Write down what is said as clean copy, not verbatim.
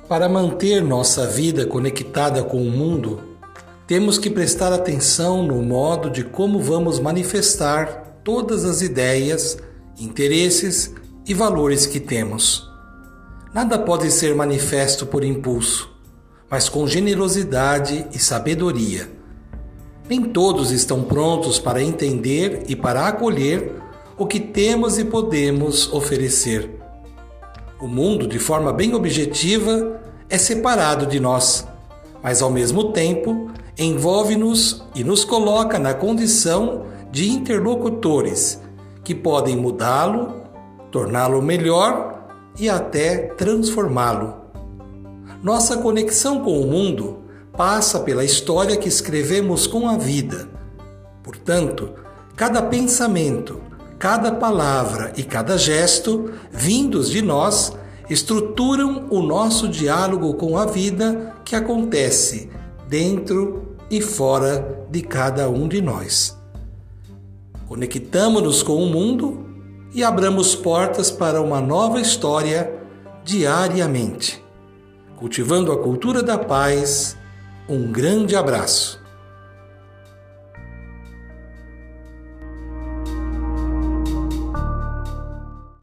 Para manter nossa vida conectada com o mundo, temos que prestar atenção no modo de como vamos manifestar todas as ideias, interesses e valores que temos. Nada pode ser manifesto por impulso, mas com generosidade e sabedoria. Nem todos estão prontos para entender e para acolher o que temos e podemos oferecer. O mundo, de forma bem objetiva, é separado de nós, mas ao mesmo tempo envolve-nos e nos coloca na condição de interlocutores que podem mudá-lo, torná-lo melhor e até transformá-lo. Nossa conexão com o mundo passa pela história que escrevemos com a vida. Portanto, cada pensamento, cada palavra e cada gesto vindos de nós estruturam o nosso diálogo com a vida que acontece dentro e fora de cada um de nós. Conectamo-nos com o mundo e abramos portas para uma nova história diariamente. Cultivando a cultura da paz, um grande abraço.